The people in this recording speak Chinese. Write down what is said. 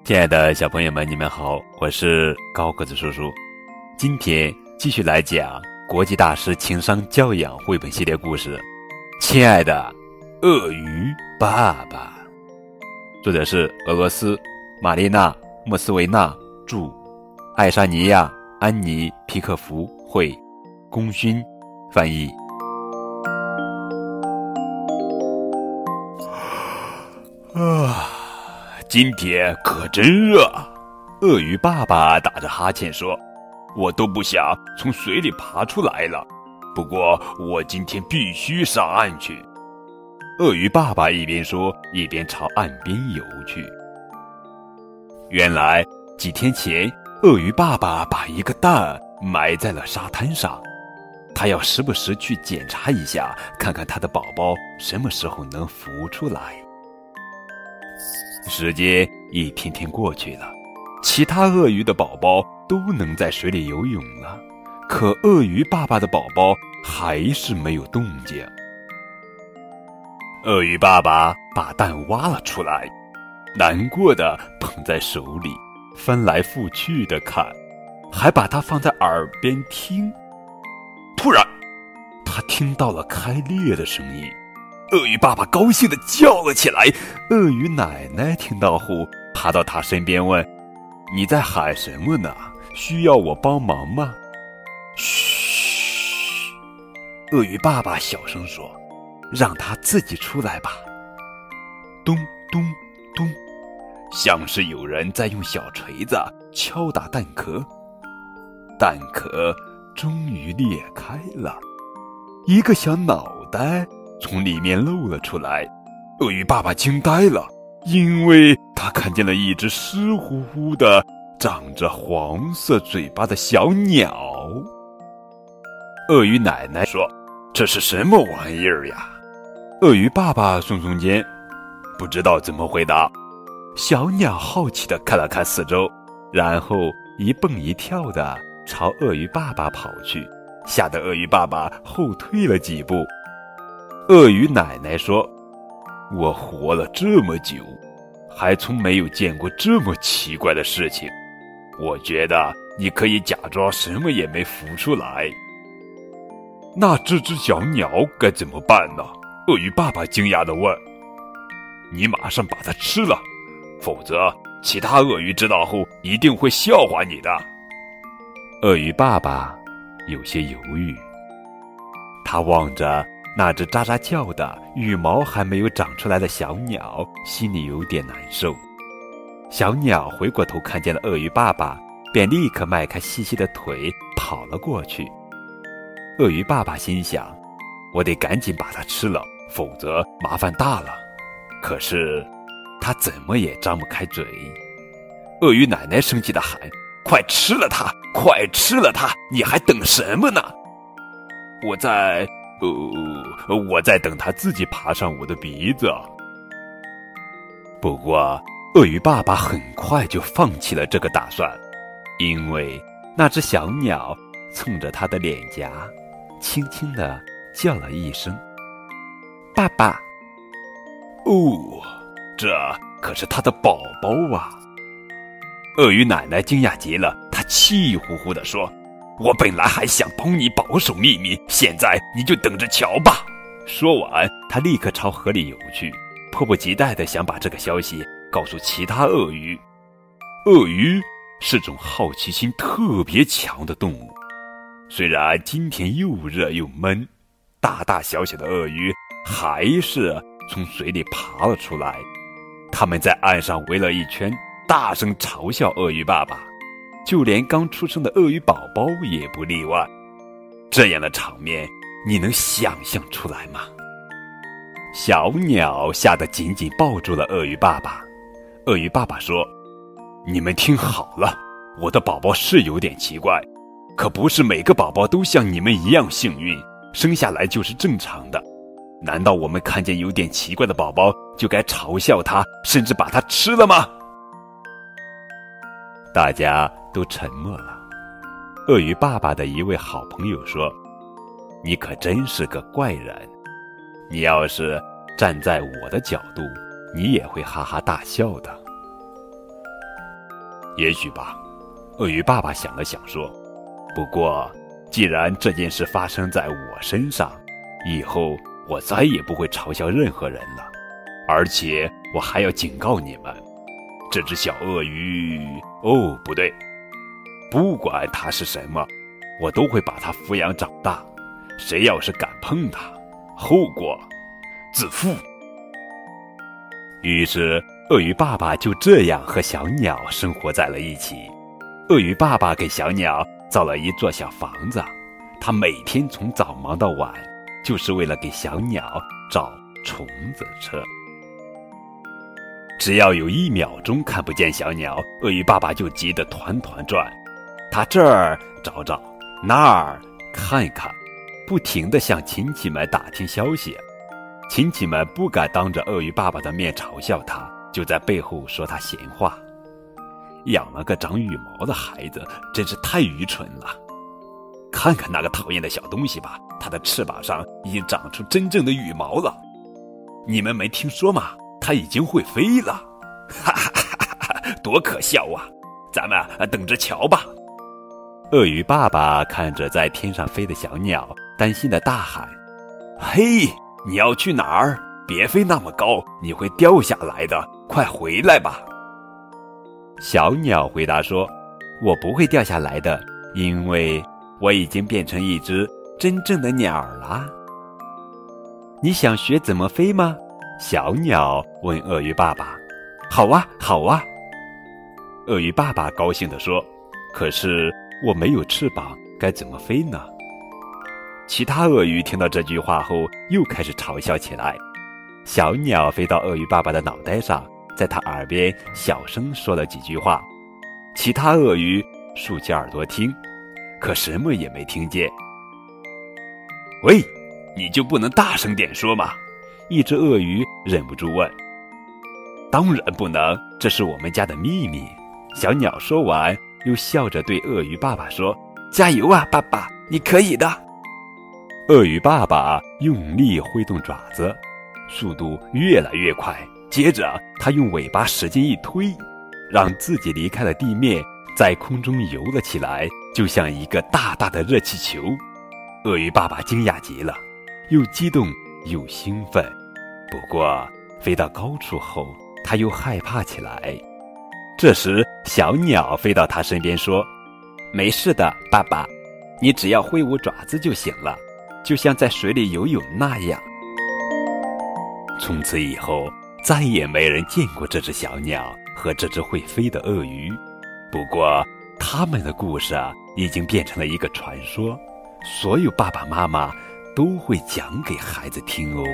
亲爱的小朋友们，你们好，我是高个子叔叔。今天继续来讲国际大师情商教养绘本系列故事，亲爱的鳄鱼爸爸。作者是俄罗斯玛丽娜·莫斯维纳著，爱沙尼亚安妮·皮克福绘，龚勋翻译。今天可真热啊！鳄鱼爸爸打着哈欠说，我都不想从水里爬出来了，不过我今天必须上岸去。鳄鱼爸爸一边说一边朝岸边游去。原来几天前，鳄鱼爸爸把一个蛋埋在了沙滩上，他要时不时去检查一下，看看他的宝宝什么时候能浮出来。时间一天天过去了，其他鳄鱼的宝宝都能在水里游泳了，可鳄鱼爸爸的宝宝还是没有动静。鳄鱼爸爸把蛋挖了出来，难过的捧在手里，翻来覆去的看，还把它放在耳边听。突然，他听到了开裂的声音，鳄鱼爸爸高兴地叫了起来。鳄鱼奶奶听到后，爬到他身边问，你在喊什么呢？需要我帮忙吗？嘘，鳄鱼爸爸小声说，让他自己出来吧。咚咚咚，像是有人在用小锤子敲打蛋壳。蛋壳终于裂开了，一个小脑袋从里面露了出来。鳄鱼爸爸惊呆了，因为他看见了一只湿乎乎的长着黄色嘴巴的小鸟。鳄鱼奶奶说，这是什么玩意儿呀？鳄鱼爸爸耸耸肩，不知道怎么回答。小鸟好奇地看了看四周，然后一蹦一跳地朝鳄鱼爸爸跑去，吓得鳄鱼爸爸后退了几步。鳄鱼奶奶说，我活了这么久，还从没有见过这么奇怪的事情。我觉得你可以假装什么也没浮出来。那这只小鸟该怎么办呢？鳄鱼爸爸惊讶地问。你马上把它吃了，否则其他鳄鱼知道后一定会笑话你的。鳄鱼爸爸有些犹豫，他望着那只喳喳叫的羽毛还没有长出来的小鸟，心里有点难受。小鸟回过头看见了鳄鱼爸爸，便立刻迈开细细的腿跑了过去。鳄鱼爸爸心想，我得赶紧把它吃了，否则麻烦大了。可是他怎么也张不开嘴。鳄鱼奶奶生气地喊，快吃了它，快吃了它，你还等什么呢？我在等它自己爬上我的鼻子。不过鳄鱼爸爸很快就放弃了这个打算，因为那只小鸟冲着他的脸颊轻轻地叫了一声，爸爸。哦，这可是他的宝宝啊！鳄鱼奶奶惊讶极了，她气呼呼地说，我本来还想帮你保守秘密，现在你就等着瞧吧。说完，他立刻朝河里游去，迫不及待地想把这个消息告诉其他鳄鱼。鳄鱼是种好奇心特别强的动物，虽然今天又热又闷，大大小小的鳄鱼还是从水里爬了出来。他们在岸上围了一圈，大声嘲笑鳄鱼爸爸，就连刚出生的鳄鱼宝宝也不例外。这样的场面你能想象出来吗？小鸟吓得紧紧抱住了鳄鱼爸爸。鳄鱼爸爸说，你们听好了，我的宝宝是有点奇怪，可不是每个宝宝都像你们一样幸运，生下来就是正常的。难道我们看见有点奇怪的宝宝就该嘲笑他，甚至把他吃了吗？大家都沉默了。鳄鱼爸爸的一位好朋友说，你可真是个怪人，你要是站在我的角度，你也会哈哈大笑的。 也许吧，鳄鱼爸爸想了想说，不过既然这件事发生在我身上，以后我再也不会嘲笑任何人了，而且我还要警告你们，这只小鳄鱼，哦，不对，不管它是什么，我都会把它抚养长大，谁要是敢碰它，后果自负。于是鳄鱼爸爸就这样和小鸟生活在了一起。鳄鱼爸爸给小鸟造了一座小房子，他每天从早忙到晚，就是为了给小鸟找虫子吃。只要有1秒钟看不见小鸟，鳄鱼爸爸就急得团团转，他这儿找找，那儿看看，不停地向亲戚们打听消息。亲戚们不敢当着鳄鱼爸爸的面嘲笑他，就在背后说他闲话。养了个长羽毛的孩子，真是太愚蠢了。看看那个讨厌的小东西吧，它的翅膀上已经长出真正的羽毛了。你们没听说吗？它已经会飞了。哈哈哈哈，多可笑啊！咱们等着瞧吧。鳄鱼爸爸看着在天上飞的小鸟，担心地大喊：嘿，你要去哪儿？别飞那么高，你会掉下来的，快回来吧。小鸟回答说，我不会掉下来的，因为我已经变成一只真正的鸟了。你想学怎么飞吗？小鸟问鳄鱼爸爸。好啊，好啊。鳄鱼爸爸高兴地说，可是我没有翅膀，该怎么飞呢？其他鳄鱼听到这句话后又开始嘲笑起来。小鸟飞到鳄鱼爸爸的脑袋上，在他耳边小声说了几句话。其他鳄鱼竖起耳朵听，可什么也没听见。喂，你就不能大声点说吗？一只鳄鱼忍不住问。当然不能，这是我们家的秘密。小鸟说完，又笑着对鳄鱼爸爸说，加油啊，爸爸，你可以的。鳄鱼爸爸用力挥动爪子，速度越来越快，接着他用尾巴使劲一推，让自己离开了地面，在空中游了起来，就像一个大大的热气球。鳄鱼爸爸惊讶极了，又激动又兴奋。不过飞到高处后，他又害怕起来。这时小鸟飞到他身边说，没事的，爸爸，你只要挥舞爪子就行了，就像在水里游泳那样。从此以后，再也没人见过这只小鸟和这只会飞的鳄鱼。不过他们的故事已经变成了一个传说，所有爸爸妈妈都会讲给孩子听哦。